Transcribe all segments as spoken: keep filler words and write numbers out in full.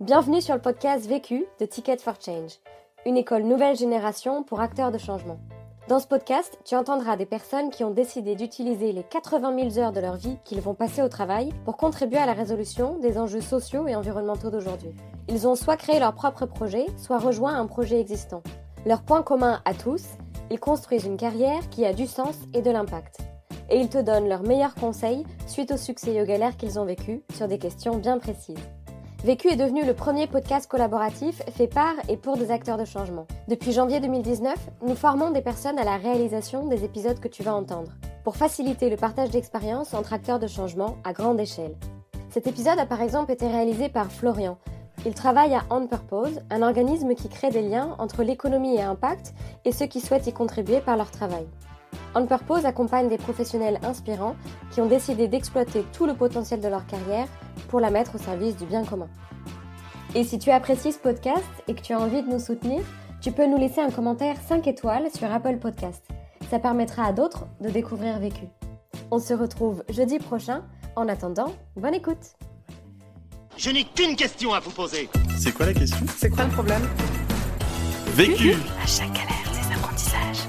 Bienvenue sur le podcast Vécu de Ticket for Change, une école nouvelle génération pour acteurs de changement. Dans ce podcast, tu entendras des personnes qui ont décidé d'utiliser les quatre-vingt mille heures de leur vie qu'ils vont passer au travail pour contribuer à la résolution des enjeux sociaux et environnementaux d'aujourd'hui. Ils ont soit créé leur propre projet, soit rejoint un projet existant. Leur point commun à tous, ils construisent une carrière qui a du sens et de l'impact. Et ils te donnent leurs meilleurs conseils suite au succès et aux galères qu'ils ont vécus sur des questions bien précises. Vécu est devenu le premier podcast collaboratif fait par et pour des acteurs de changement. Depuis janvier deux mille dix-neuf, nous formons des personnes à la réalisation des épisodes que tu vas entendre, pour faciliter le partage d'expériences entre acteurs de changement à grande échelle. Cet épisode a par exemple été réalisé par Florian. Il travaille à On Purpose, un organisme qui crée des liens entre l'économie et impact et ceux qui souhaitent y contribuer par leur travail. On Purpose accompagne des professionnels inspirants qui ont décidé d'exploiter tout le potentiel de leur carrière pour la mettre au service du bien commun. Et si tu apprécies ce podcast et que tu as envie de nous soutenir, tu peux nous laisser un commentaire cinq étoiles sur Apple Podcast. Ça permettra à d'autres de découvrir Vécu. On se retrouve jeudi prochain. En attendant, bonne écoute. Je n'ai qu'une question à vous poser. C'est quoi la question? C'est quoi le problème? Vécu. À chaque galère, des apprentissages.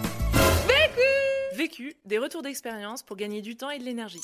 Vécu Vécu, des retours d'expérience pour gagner du temps et de l'énergie.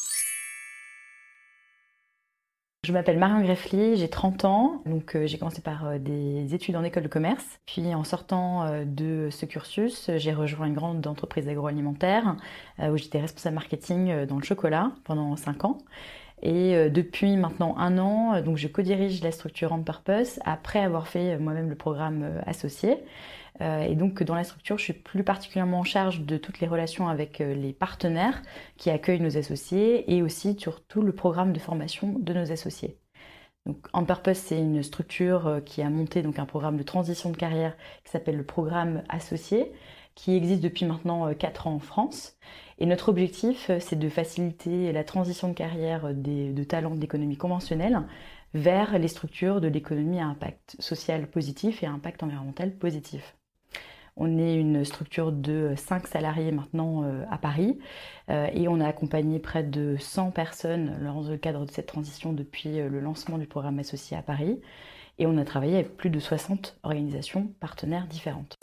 Je m'appelle Marion Greffly, j'ai trente ans, donc euh, j'ai commencé par euh, des études en école de commerce. Puis en sortant euh, de ce cursus, j'ai rejoint une grande entreprise agroalimentaire euh, où j'étais responsable marketing euh, dans le chocolat pendant cinq ans. Et euh, depuis maintenant un an, euh, donc je co-dirige la structure On Purpose après avoir fait euh, moi-même le programme euh, associé. Euh, et donc dans la structure, je suis plus particulièrement en charge de toutes les relations avec euh, les partenaires qui accueillent nos associés et aussi sur tout le programme de formation de nos associés. Donc On Purpose, c'est une structure euh, qui a monté donc un programme de transition de carrière qui s'appelle le programme associé, qui existe depuis maintenant euh, quatre ans en France. Et notre objectif, euh, c'est de faciliter la transition de carrière des, de talents de l'économie conventionnelle vers les structures de l'économie à impact social positif et à impact environnemental positif. On est une structure de cinq salariés maintenant euh, à Paris euh, et on a accompagné près de cent personnes dans le cadre de cette transition depuis euh, le lancement du programme associé à Paris. Et on a travaillé avec plus de soixante organisations partenaires différentes.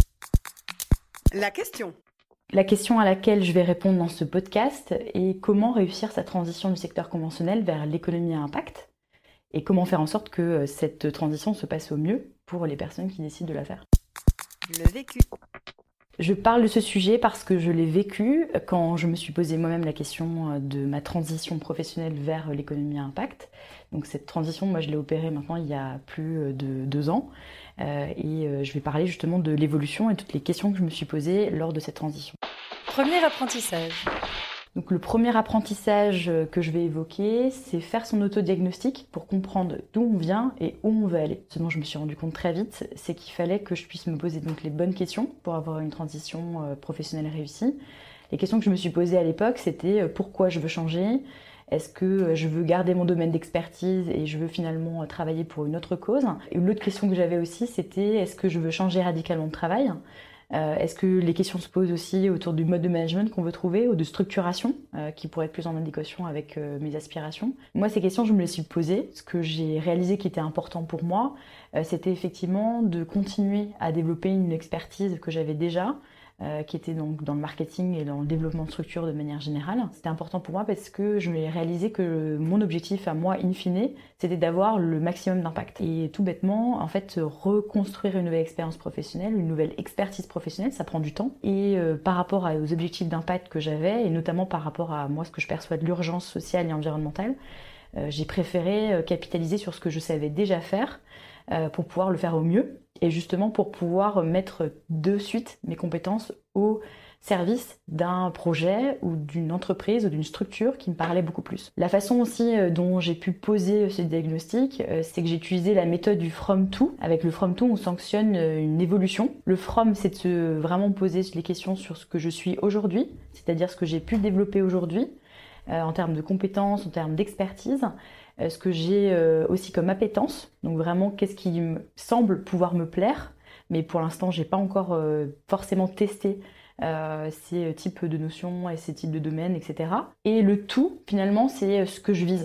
La question. La question à laquelle je vais répondre dans ce podcast est comment réussir sa transition du secteur conventionnel vers l'économie à impact et comment faire en sorte que cette transition se passe au mieux pour les personnes qui décident de la faire. Le vécu. Je parle de ce sujet parce que je l'ai vécu quand je me suis posé moi-même la question de ma transition professionnelle vers l'économie à impact. Donc cette transition, moi je l'ai opérée maintenant il y a plus de deux ans. Euh, et je vais parler justement de l'évolution et toutes les questions que je me suis posées lors de cette transition. Premier apprentissage. Donc le premier apprentissage que je vais évoquer, c'est faire son autodiagnostic pour comprendre d'où on vient et où on veut aller. Ce dont je me suis rendu compte très vite, c'est qu'il fallait que je puisse me poser donc les bonnes questions pour avoir une transition professionnelle réussie. Les questions que je me suis posées à l'époque, c'était pourquoi je veux changer ? Est-ce que je veux garder mon domaine d'expertise et je veux finalement travailler pour une autre cause ? Et l'autre question que j'avais aussi, c'était est-ce que je veux changer radicalement de travail ? Euh, est-ce que les questions se posent aussi autour du mode de management qu'on veut trouver ou de structuration euh, qui pourrait être plus en adéquation avec euh, mes aspirations? Moi, ces questions, je me les suis posées. Ce que j'ai réalisé qui était important pour moi, euh, c'était effectivement de continuer à développer une expertise que j'avais déjà, euh, qui était donc dans le marketing et dans le développement de structures de manière générale. C'était important pour moi parce que je m'ai réalisé que mon objectif à moi, in fine, c'était d'avoir le maximum d'impact. Et tout bêtement, en fait, reconstruire une nouvelle expérience professionnelle, une nouvelle expertise professionnelle, ça prend du temps. Et euh, par rapport aux objectifs d'impact que j'avais, et notamment par rapport à moi, ce que je perçois de l'urgence sociale et environnementale, euh, j'ai préféré euh, capitaliser sur ce que je savais déjà faire euh, pour pouvoir le faire au mieux. Et justement pour pouvoir mettre de suite mes compétences au service d'un projet ou d'une entreprise ou d'une structure qui me parlait beaucoup plus. La façon aussi dont j'ai pu poser ce diagnostic, c'est que j'ai utilisé la méthode du From To. Avec le From To, on sanctionne une évolution. Le From, c'est de se vraiment poser les questions sur ce que je suis aujourd'hui, c'est-à-dire ce que j'ai pu développer aujourd'hui euh, en termes de compétences, en termes d'expertise, euh, ce que j'ai euh, aussi comme appétence, donc vraiment qu'est-ce qui me semble pouvoir me plaire, mais pour l'instant, j'ai pas encore euh, forcément testé Euh, ces types de notions et ces types de domaines, et cetera. Et le tout, finalement, c'est ce que je vise.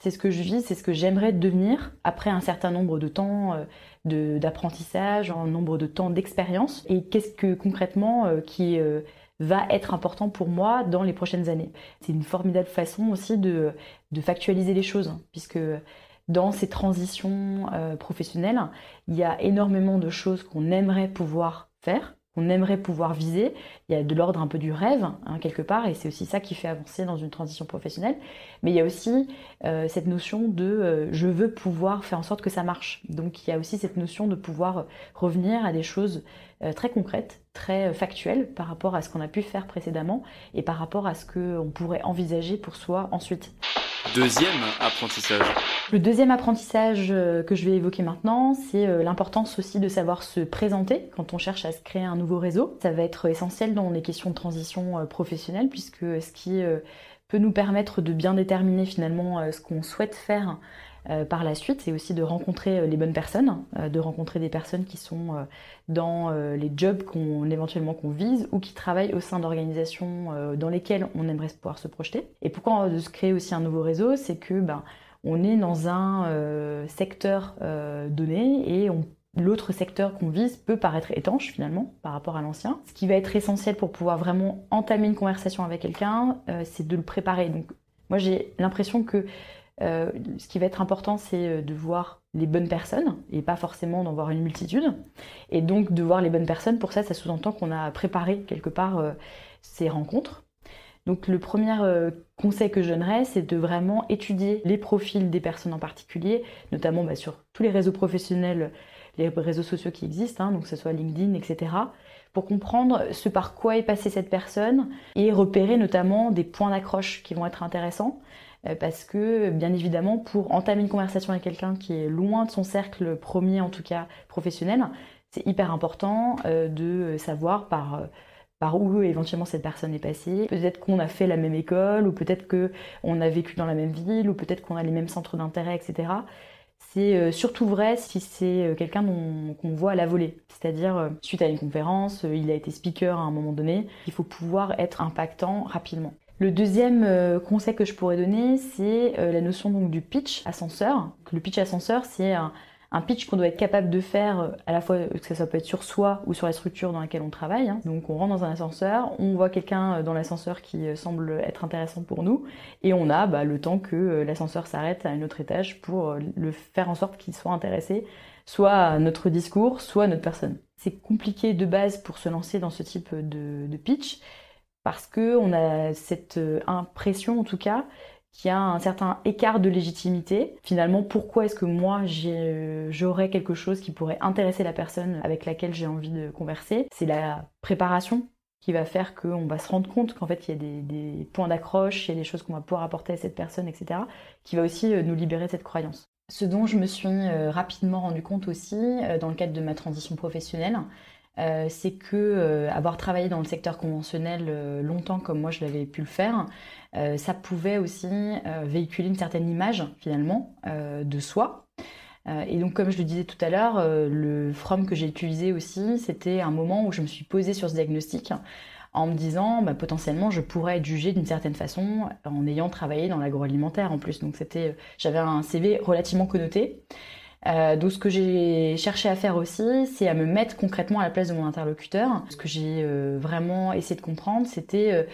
C'est ce que je vis, c'est ce que j'aimerais devenir après un certain nombre de temps euh, de, d'apprentissage, un nombre de temps d'expérience. Et qu'est-ce que concrètement euh, qui euh, va être important pour moi dans les prochaines années. C'est une formidable façon aussi de, de factualiser les choses, hein, puisque dans ces transitions euh, professionnelles, il y a énormément de choses qu'on aimerait pouvoir faire, qu'on aimerait pouvoir viser. Il y a de l'ordre un peu du rêve, hein, quelque part, et c'est aussi ça qui fait avancer dans une transition professionnelle. Mais il y a aussi euh, cette notion de euh, je veux pouvoir faire en sorte que ça marche. Donc il y a aussi cette notion de pouvoir revenir à des choses euh, très concrètes, très factuelles par rapport à ce qu'on a pu faire précédemment et par rapport à ce qu'on pourrait envisager pour soi ensuite. Deuxième apprentissage. Le deuxième apprentissage que je vais évoquer maintenant, c'est l'importance aussi de savoir se présenter quand on cherche à se créer un nouveau réseau. Ça va être essentiel dans les questions de transition professionnelle, puisque ce qui peut nous permettre de bien déterminer finalement ce qu'on souhaite faire par la suite, c'est aussi de rencontrer les bonnes personnes, de rencontrer des personnes qui sont dans les jobs qu'on éventuellement qu'on vise ou qui travaillent au sein d'organisations dans lesquelles on aimerait pouvoir se projeter. Et pourquoi de se créer aussi un nouveau réseau, c'est que ben on est dans un euh, secteur euh, donné et on, l'autre secteur qu'on vise peut paraître étanche finalement par rapport à l'ancien. Ce qui va être essentiel pour pouvoir vraiment entamer une conversation avec quelqu'un, euh, c'est de le préparer. Donc moi j'ai l'impression que euh, ce qui va être important, c'est de voir les bonnes personnes et pas forcément d'en voir une multitude. Et donc de voir les bonnes personnes, pour ça, ça sous-entend qu'on a préparé quelque part euh, ces rencontres. Donc le premier euh, conseil que je donnerais, c'est de vraiment étudier les profils des personnes en particulier, notamment bah, sur tous les réseaux professionnels, les réseaux sociaux qui existent, hein, donc que ce soit LinkedIn, et cetera, pour comprendre ce par quoi est passée cette personne et repérer notamment des points d'accroche qui vont être intéressants. Parce que, bien évidemment, pour entamer une conversation avec quelqu'un qui est loin de son cercle premier, en tout cas professionnel, c'est hyper important euh, de savoir par, euh, par où éventuellement cette personne est passée. Peut-être qu'on a fait la même école, ou peut-être qu'on a vécu dans la même ville, ou peut-être qu'on a les mêmes centres d'intérêt, et cetera. C'est euh, surtout vrai si c'est euh, quelqu'un dont, qu'on voit à la volée. C'est-à-dire, euh, suite à une conférence, euh, il a été speaker à un moment donné, il faut pouvoir être impactant rapidement. Le deuxième euh, conseil que je pourrais donner, c'est euh, la notion donc du pitch ascenseur. Le pitch ascenseur, c'est un, un pitch qu'on doit être capable de faire euh, à la fois que ça, ça peut être sur soi ou sur la structure dans laquelle on travaille. Hein. Donc on rentre dans un ascenseur, on voit quelqu'un dans l'ascenseur qui euh, semble être intéressant pour nous et on a bah, le temps que euh, l'ascenseur s'arrête à un autre étage pour euh, le faire en sorte qu'il soit intéressé soit à notre discours, soit à notre personne. C'est compliqué de base pour se lancer dans ce type de, de pitch, parce qu'on a cette impression, en tout cas, qu'il y a un certain écart de légitimité. Finalement, pourquoi est-ce que moi, j'ai, j'aurais quelque chose qui pourrait intéresser la personne avec laquelle j'ai envie de converser? C'est la préparation qui va faire qu'on va se rendre compte qu'en fait, il y a des, des points d'accroche, il y a des choses qu'on va pouvoir apporter à cette personne, et cetera, qui va aussi nous libérer de cette croyance. Ce dont je me suis rapidement rendu compte aussi, dans le cadre de ma transition professionnelle, Euh, c'est que euh, avoir travaillé dans le secteur conventionnel euh, longtemps comme moi je l'avais pu le faire, euh, ça pouvait aussi euh, véhiculer une certaine image finalement euh, de soi. Euh, et donc comme je le disais tout à l'heure, euh, le From que j'ai utilisé aussi, c'était un moment où je me suis posée sur ce diagnostic en me disant bah, potentiellement je pourrais être jugée d'une certaine façon en ayant travaillé dans l'agroalimentaire en plus. Donc c'était, j'avais un C V relativement connoté. Euh, donc ce que j'ai cherché à faire aussi, c'est à me mettre concrètement à la place de mon interlocuteur. Ce que j'ai euh, vraiment essayé de comprendre, c'était euh,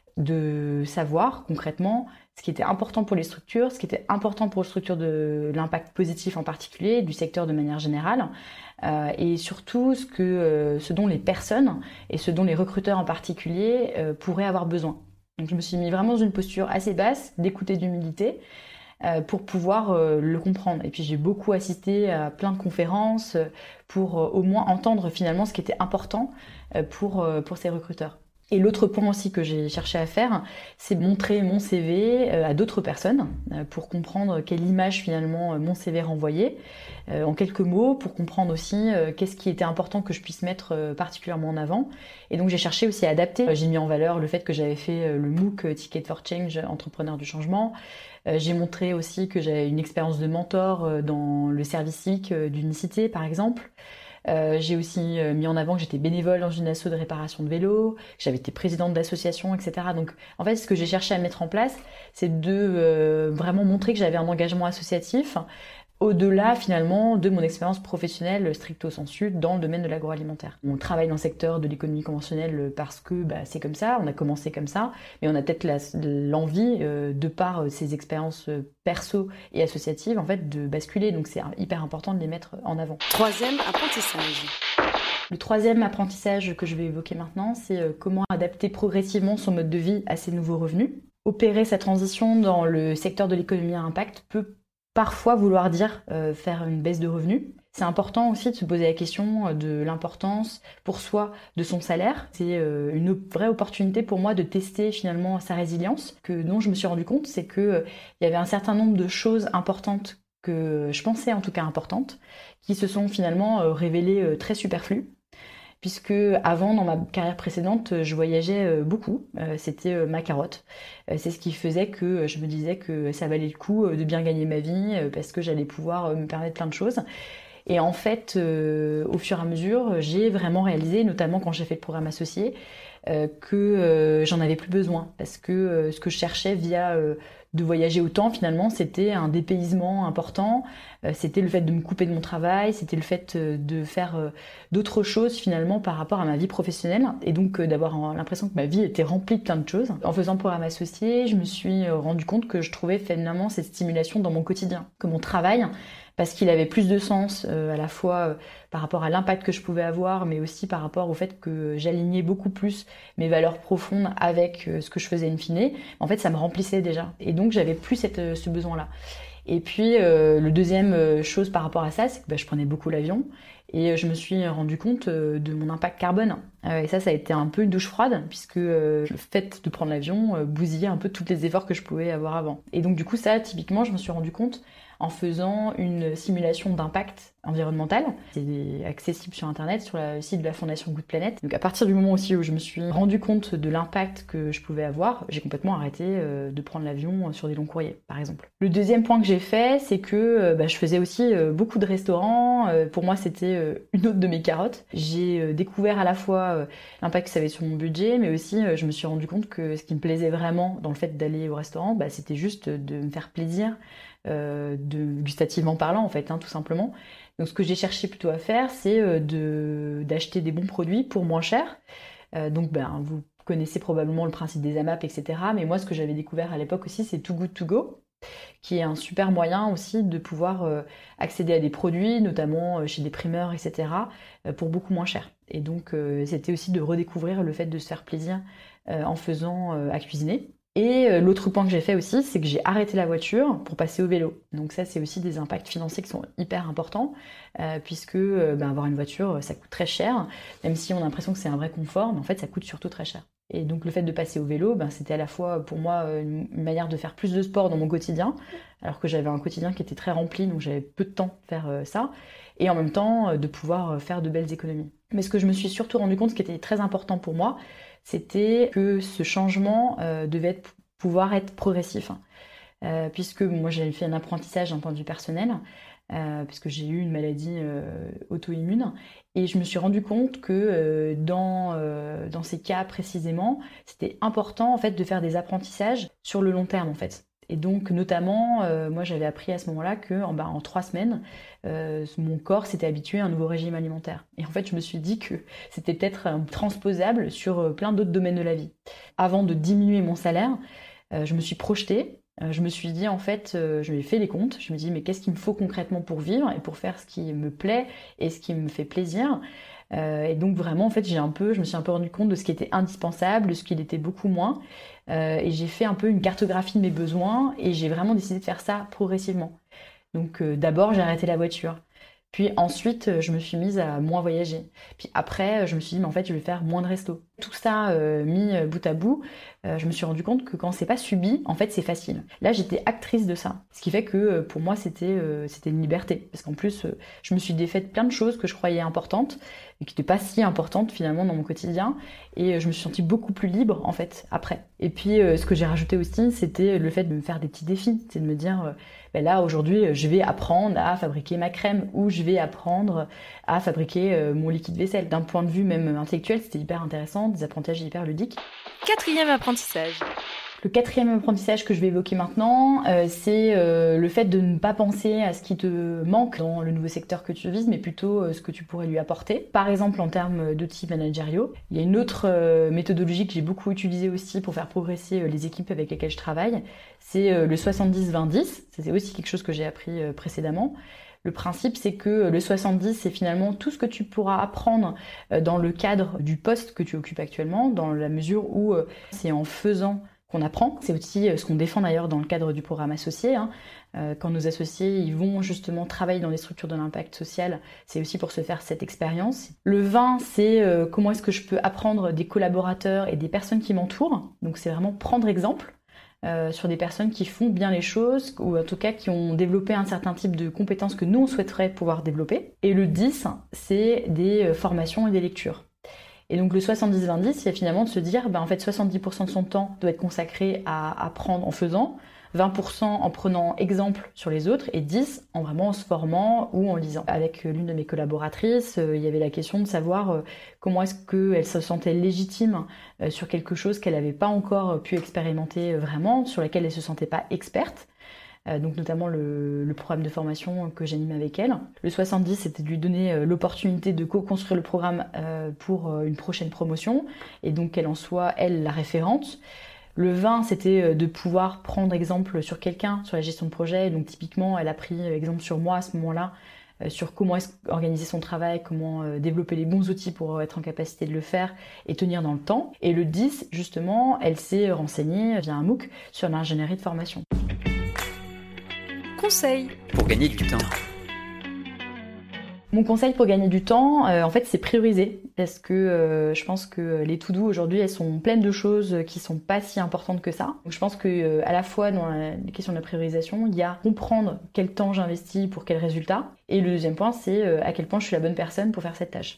de savoir concrètement ce qui était important pour les structures, ce qui était important pour les structures de l'impact positif en particulier, du secteur de manière générale, euh, et surtout ce, que, euh, ce dont les personnes et ce dont les recruteurs en particulier euh, pourraient avoir besoin. Donc je me suis mis vraiment dans une posture assez basse, d'écoute et d'humilité, pour pouvoir euh, le comprendre. Et puis j'ai beaucoup assisté à plein de conférences pour euh, au moins entendre finalement ce qui était important euh, pour, euh, pour ces recruteurs. Et l'autre point aussi que j'ai cherché à faire, c'est montrer mon C V euh, à d'autres personnes euh, pour comprendre quelle image finalement euh, mon C V renvoyait, euh, en quelques mots, pour comprendre aussi euh, qu'est-ce qui était important que je puisse mettre euh, particulièrement en avant. Et donc j'ai cherché aussi à adapter. Euh, j'ai mis en valeur le fait que j'avais fait euh, le MOOC euh, Ticket for Change, Entrepreneur du changement. Euh, j'ai montré aussi que j'avais une expérience de mentor euh, dans le service civique euh, d'Unicité, par exemple. Euh, j'ai aussi euh, mis en avant que j'étais bénévole dans une asso de réparation de vélos, que j'avais été présidente d'association, et cetera. Donc en fait, ce que j'ai cherché à mettre en place, c'est de euh, vraiment montrer que j'avais un engagement associatif, au-delà finalement de mon expérience professionnelle stricto sensu dans le domaine de l'agroalimentaire. On travaille dans le secteur de l'économie conventionnelle parce que bah, c'est comme ça, on a commencé comme ça, mais on a peut-être la, l'envie, euh, de par ces expériences perso et associatives, en fait, de basculer. Donc c'est hyper important de les mettre en avant. Troisième apprentissage. Le troisième apprentissage que je vais évoquer maintenant, c'est comment adapter progressivement son mode de vie à ces nouveaux revenus. Opérer sa transition dans le secteur de l'économie à impact peut parfois vouloir dire euh, faire une baisse de revenus. C'est important aussi de se poser la question de l'importance pour soi de son salaire. C'est euh, une vraie opportunité pour moi de tester finalement sa résilience. Que dont je me suis rendu compte, c'est que euh, il y avait un certain nombre de choses importantes que je pensais en tout cas importantes, qui se sont finalement euh, révélées euh, très superflues. Puisque avant, dans ma carrière précédente, je voyageais beaucoup. C'était ma carotte. C'est ce qui faisait que je me disais que ça valait le coup de bien gagner ma vie parce que j'allais pouvoir me permettre plein de choses. Et en fait, au fur et à mesure, j'ai vraiment réalisé, notamment quand j'ai fait le programme associé, que j'en avais plus besoin. Parce que ce que je cherchais via de voyager autant, finalement, c'était un dépaysement important, euh, c'était le fait de me couper de mon travail, c'était le fait euh, de faire euh, d'autres choses, finalement, par rapport à ma vie professionnelle, et donc euh, d'avoir l'impression que ma vie était remplie de plein de choses. En faisant le programme associé, je me suis euh, rendu compte que je trouvais finalement cette stimulation dans mon quotidien, que mon travail, parce qu'il avait plus de sens euh, à la fois euh, par rapport à l'impact que je pouvais avoir, mais aussi par rapport au fait que j'alignais beaucoup plus mes valeurs profondes avec euh, ce que je faisais in fine. En fait, ça me remplissait déjà. Et donc, j'avais plus cette, euh, ce besoin-là. Et puis, euh, le deuxième euh, chose par rapport à ça, c'est que bah, je prenais beaucoup l'avion. Et je me suis rendu compte euh, de mon impact carbone. Euh, et ça, ça a été un peu une douche froide, puisque euh, le fait de prendre l'avion euh, bousillait un peu tous les efforts que je pouvais avoir avant. Et donc, du coup, ça, typiquement, je me suis rendu compte en faisant une simulation d'impact environnemental. C'est accessible sur Internet, sur le site de la Fondation Good Planet. Donc à partir du moment aussi où je me suis rendu compte de l'impact que je pouvais avoir, j'ai complètement arrêté de prendre l'avion sur des longs courriers, par exemple. Le deuxième point que j'ai fait, c'est que bah, je faisais aussi beaucoup de restaurants. Pour moi, c'était une autre de mes carottes. J'ai découvert à la fois l'impact que ça avait sur mon budget, mais aussi je me suis rendu compte que ce qui me plaisait vraiment dans le fait d'aller au restaurant, bah, c'était juste de me faire plaisir, Euh, de, gustativement parlant en fait, hein, tout simplement. Donc ce que j'ai cherché plutôt à faire, c'est euh, de, d'acheter des bons produits pour moins cher. Euh, donc ben, vous connaissez probablement le principe des A M A P, et cetera. Mais moi, ce que j'avais découvert à l'époque aussi, c'est Too Good To Go, qui est un super moyen aussi de pouvoir euh, accéder à des produits, notamment euh, chez des primeurs, et cetera, euh, pour beaucoup moins cher. Et donc euh, c'était aussi de redécouvrir le fait de se faire plaisir euh, en faisant euh, à cuisiner. Et l'autre point que j'ai fait aussi, c'est que j'ai arrêté la voiture pour passer au vélo. Donc ça, c'est aussi des impacts financiers qui sont hyper importants, euh, puisque euh, ben, avoir une voiture, ça coûte très cher, même si on a l'impression que c'est un vrai confort, mais en fait, ça coûte surtout très cher. Et donc le fait de passer au vélo, ben, c'était à la fois pour moi une manière de faire plus de sport dans mon quotidien, alors que j'avais un quotidien qui était très rempli, donc j'avais peu de temps pour faire euh, ça, et en même temps euh, de pouvoir faire de belles économies. Mais ce que je me suis surtout rendu compte, ce qui était très important pour moi, c'était que ce changement euh, devait être, pouvoir être progressif. Hein. Euh, puisque moi j'ai fait un apprentissage d'un point de vue personnel, euh, puisque j'ai eu une maladie euh, auto-immune, et je me suis rendu compte que euh, dans, euh, dans ces cas précisément, c'était important en fait de faire des apprentissages sur le long terme en fait. Et donc notamment, euh, moi j'avais appris à ce moment-là que en, bah, en trois semaines, euh, mon corps s'était habitué à un nouveau régime alimentaire. Et en fait, je me suis dit que c'était peut-être euh, transposable sur euh, plein d'autres domaines de la vie. Avant de diminuer mon salaire, euh, je me suis projetée. Euh, je me suis dit, en fait, euh, je m'ai fait les comptes. Je me dis, mais qu'est-ce qu'il me faut concrètement pour vivre et pour faire ce qui me plaît et ce qui me fait plaisir. Euh, et donc vraiment, en fait, j'ai un peu, je me suis un peu rendu compte de ce qui était indispensable, de ce qui l'était beaucoup moins. Euh, et j'ai fait un peu une cartographie de mes besoins et j'ai vraiment décidé de faire ça progressivement. Donc euh, d'abord, j'ai arrêté la voiture. Puis ensuite, je me suis mise à moins voyager. Puis après, je me suis dit, mais en fait, je vais faire moins de restos. Tout ça euh, mis bout à bout, euh, je me suis rendu compte que quand c'est pas subi, en fait, c'est facile. Là, j'étais actrice de ça. Ce qui fait que euh, pour moi, c'était euh, c'était une liberté. Parce qu'en plus, euh, je me suis défait de plein de choses que je croyais importantes et qui n'étaient pas si importantes finalement dans mon quotidien. Et euh, je me suis sentie beaucoup plus libre, en fait, après. Et puis, euh, ce que j'ai rajouté aussi, c'était le fait de me faire des petits défis. C'est de me dire, euh, Ben là, aujourd'hui, je vais apprendre à fabriquer ma crème ou je vais apprendre à fabriquer euh, mon liquide vaisselle. D'un point de vue même intellectuel, c'était hyper intéressant, des apprentissages hyper ludiques. Quatrième apprentissage. Le quatrième apprentissage que je vais évoquer maintenant, euh, c'est euh, le fait de ne pas penser à ce qui te manque dans le nouveau secteur que tu vises, mais plutôt euh, ce que tu pourrais lui apporter. Par exemple, en termes d'outils managériaux, il y a une autre euh, méthodologie que j'ai beaucoup utilisée aussi pour faire progresser euh, les équipes avec lesquelles je travaille, c'est euh, le soixante-dix vingt dix. C'est aussi quelque chose que j'ai appris euh, précédemment. Le principe, c'est que le soixante-dix, c'est finalement tout ce que tu pourras apprendre dans le cadre du poste que tu occupes actuellement, dans la mesure où euh, c'est en faisant qu'on apprend. C'est aussi ce qu'on défend d'ailleurs dans le cadre du programme associé. Hein. Euh, quand nos associés ils vont justement travailler dans des structures de l'impact social, c'est aussi pour se faire cette expérience. Le vingt, c'est euh, comment est-ce que je peux apprendre des collaborateurs et des personnes qui m'entourent. Donc c'est vraiment prendre exemple euh, sur des personnes qui font bien les choses ou en tout cas qui ont développé un certain type de compétences que nous on souhaiterait pouvoir développer. Et le dix, c'est des euh, formations et des lectures. Et donc le soixante-dix vingt dix, c'est finalement de se dire, ben en fait soixante-dix pour cent de son temps doit être consacré à apprendre en faisant, vingt pour cent en prenant exemple sur les autres et dix en vraiment en se formant ou en lisant. Avec l'une de mes collaboratrices, euh, il y avait la question de savoir euh, comment est-ce qu'elle se sentait légitime euh, sur quelque chose qu'elle n'avait pas encore pu expérimenter vraiment, sur laquelle elle ne se sentait pas experte. Euh, donc notamment le, le programme de formation que j'anime avec elle. Le soixante-dix, c'était de lui donner euh, l'opportunité de co-construire le programme euh, pour euh, une prochaine promotion et donc qu'elle en soit, elle, la référente. Le vingt, c'était euh, de pouvoir prendre exemple sur quelqu'un, sur la gestion de projet. Donc typiquement, elle a pris exemple sur moi à ce moment-là, euh, sur comment est-ce organiser son travail, comment euh, développer les bons outils pour être en capacité de le faire et tenir dans le temps. Et le dix, justement, elle s'est renseignée via un MOOC sur l'ingénierie de formation. Conseil Pour gagner du temps. Mon conseil pour gagner du temps, euh, en fait, c'est prioriser. Parce que euh, je pense que les to-do aujourd'hui, elles sont pleines de choses qui sont pas si importantes que ça. Donc, je pense que euh, à la fois dans la, les questions de la priorisation, il y a comprendre quel temps j'investis pour quel résultat. Et le deuxième point, c'est euh, à quel point je suis la bonne personne pour faire cette tâche.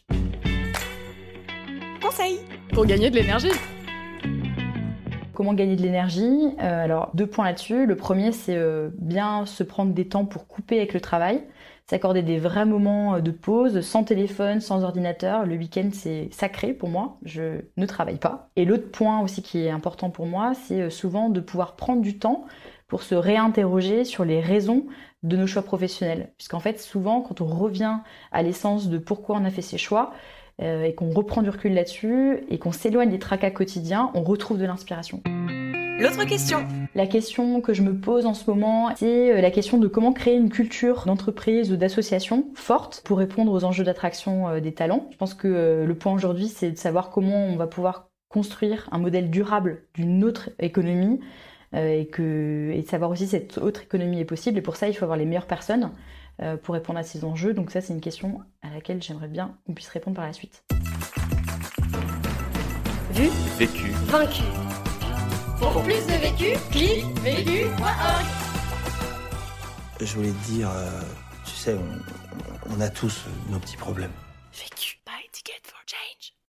Conseil pour gagner de l'énergie. Comment gagner de l'énergie ? euh, Alors, deux points là-dessus. Le premier, c'est euh, bien se prendre des temps pour couper avec le travail, s'accorder des vrais moments de pause, sans téléphone, sans ordinateur. Le week-end, c'est sacré pour moi. Je ne travaille pas. Et l'autre point aussi qui est important pour moi, c'est euh, souvent de pouvoir prendre du temps pour se réinterroger sur les raisons de nos choix professionnels. Puisqu'en fait, souvent, quand on revient à l'essence de pourquoi on a fait ces choix, Euh, et qu'on reprend du recul là-dessus et qu'on s'éloigne des tracas quotidiens, on retrouve de l'inspiration. L'autre question. La question que je me pose en ce moment, c'est la question de comment créer une culture d'entreprise ou d'association forte pour répondre aux enjeux d'attraction euh, des talents. Je pense que euh, le point aujourd'hui, c'est de savoir comment on va pouvoir construire un modèle durable d'une autre économie euh, et, que, et de savoir aussi si cette autre économie est possible. Et pour ça, il faut avoir les meilleures personnes pour répondre à ces enjeux. Donc ça, c'est une question à laquelle j'aimerais bien qu'on puisse répondre par la suite. Vu, Vécu. vaincu. Pour plus de vécu, clique vécu point org. Je voulais te dire, euh, tu sais, on, on a tous nos petits problèmes. Vécu.